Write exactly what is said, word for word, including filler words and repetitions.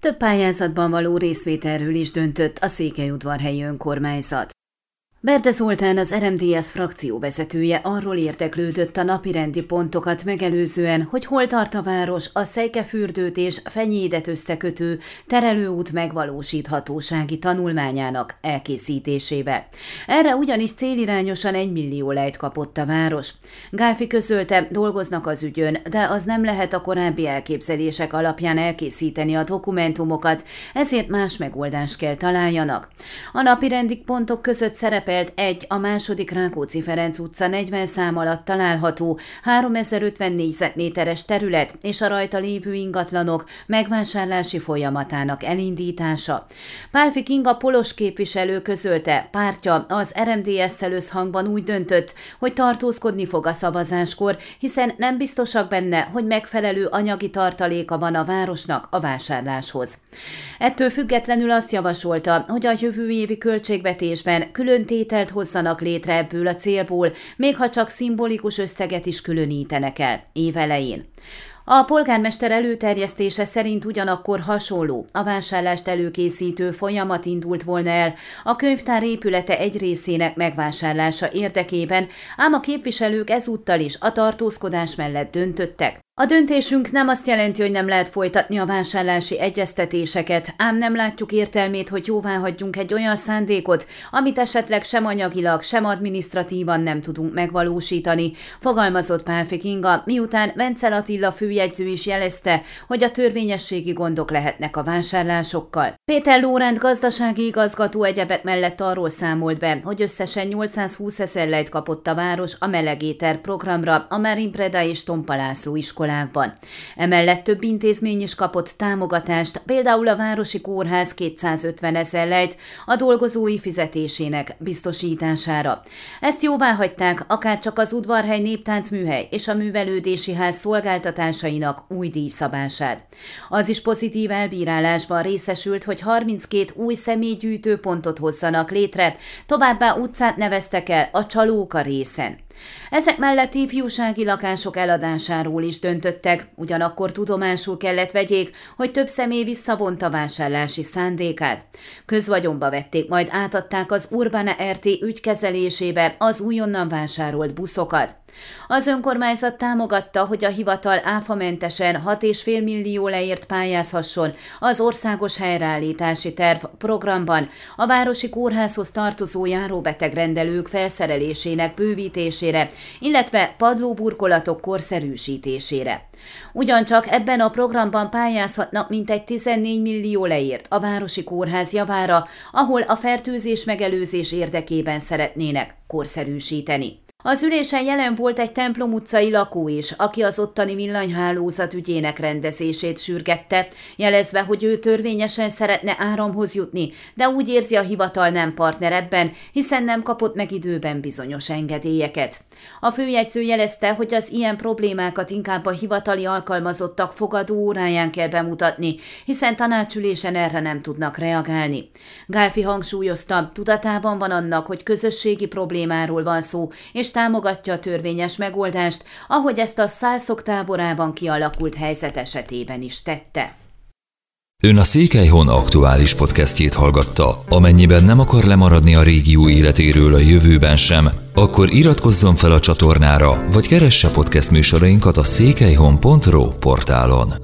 Több pályázatban való részvételről is döntött a székelyudvarhelyi önkormányzat. Berde Zoltán, az er em dé es frakcióvezetője arról érdeklődött a napirendi pontokat megelőzően, hogy hol tart a város a Szejkefürdőt és Fenyédet összekötő terelőút megvalósíthatósági tanulmányának elkészítésével. Erre ugyanis célirányosan egy millió lejt kapott a város. Gálfi közölte, dolgoznak az ügyön, de az nem lehet a korábbi elképzelések alapján elkészíteni a dokumentumokat, ezért más megoldást kell találjanak. A napirendi pontok között szerepel egy a második Rákóczi-Ferenc utca negyven szám alatt található háromezer-ötven négyzetméteres terület és a rajta lévő ingatlanok megvásárlási folyamatának elindítása. Pálffy Kinga Polos képviselő közölte, pártja az er em dé es-szel összhangban úgy döntött, hogy tartózkodni fog a szavazáskor, hiszen nem biztosak benne, hogy megfelelő anyagi tartaléka van a városnak a vásárláshoz. Ettől függetlenül azt javasolta, hogy a jövő évi költségvetésben külön tételt hozzanak létre ebből a célból, még ha csak szimbolikus összeget is különítenek el évelején. A polgármester előterjesztése szerint ugyanakkor hasonló, a vásárlást előkészítő folyamat indult volna el a könyvtár épülete egy részének megvásárlása érdekében, ám a képviselők ezúttal is a tartózkodás mellett döntöttek. A döntésünk nem azt jelenti, hogy nem lehet folytatni a vásárlási egyeztetéseket, ám nem látjuk értelmét, hogy jóváhagyjunk egy olyan szándékot, amit esetleg sem anyagilag, sem adminisztratívan nem tudunk megvalósítani, fogalmazott Pálffy Kinga, miután Vencel Attila főjegyző is jelezte, hogy a törvényességi gondok lehetnek a vásárlásokkal. Péter Lóránt gazdasági igazgató egyebek mellett arról számolt be, hogy összesen nyolcszázhúsz ezer lejt kapott a város a melegéter programra a Márin Preda és Tompa László iskolákban. Emellett több intézmény is kapott támogatást, például a Városi Kórház kétszázötven ezer lejt a dolgozói fizetésének biztosítására. Ezt jóváhagyták akárcsak az Udvarhely Néptáncműhely és a Művelődési Ház szolgáltatásainak új díjszabását. Az is pozitív elbírálásban részesült, hogy harminckét új személygyűjtőpontot hozzanak létre, továbbá utcát neveztek el a Csalóka részen. Ezek mellett ifjúsági lakások eladásáról is döntöttek, ugyanakkor tudomásul kellett vegyék, hogy több személy visszavonta vásárlási szándékát. Közvagyonba vették, majd átadták az Urbana er té ügykezelésébe az újonnan vásárolt buszokat. Az önkormányzat támogatta, hogy a hivatal áfamentesen hat egész öt millió leért pályázhasson az országos helyreállítási terv programban a Városi Kórházhoz tartozó járóbetegrendelők felszerelésének bővítésére, illetve padlóburkolatok korszerűsítésére. Ugyancsak ebben a programban pályázhatnak mintegy tizennégy millió leért a Városi Kórház javára, ahol a fertőzés megelőzés érdekében szeretnének korszerűsíteni. Az ülésen jelen volt egy Templom utcai lakó is, aki az ottani villanyhálózat ügyének rendezését sürgette, jelezve, hogy ő törvényesen szeretne áramhoz jutni, de úgy érzi, a hivatal nem partner ebben, hiszen nem kapott meg időben bizonyos engedélyeket. A főjegyző jelezte, hogy az ilyen problémákat inkább a hivatali alkalmazottak fogadó óráján kell bemutatni, hiszen tanácsülésen erre nem tudnak reagálni. Gálfi hangsúlyozta, tudatában van annak, hogy közösségi problémáról van szó, és támogatja a törvényes megoldást, ahogy ezt a Szászok táborában kialakult helyzet esetében is tette. Ön a Székelyhon aktuális podcastjét hallgatta. Amennyiben nem akar lemaradni a régió életéről a jövőben sem, akkor iratkozzon fel a csatornára, vagy keresse podcast műsorainkat a székelyhon pont ro portálon.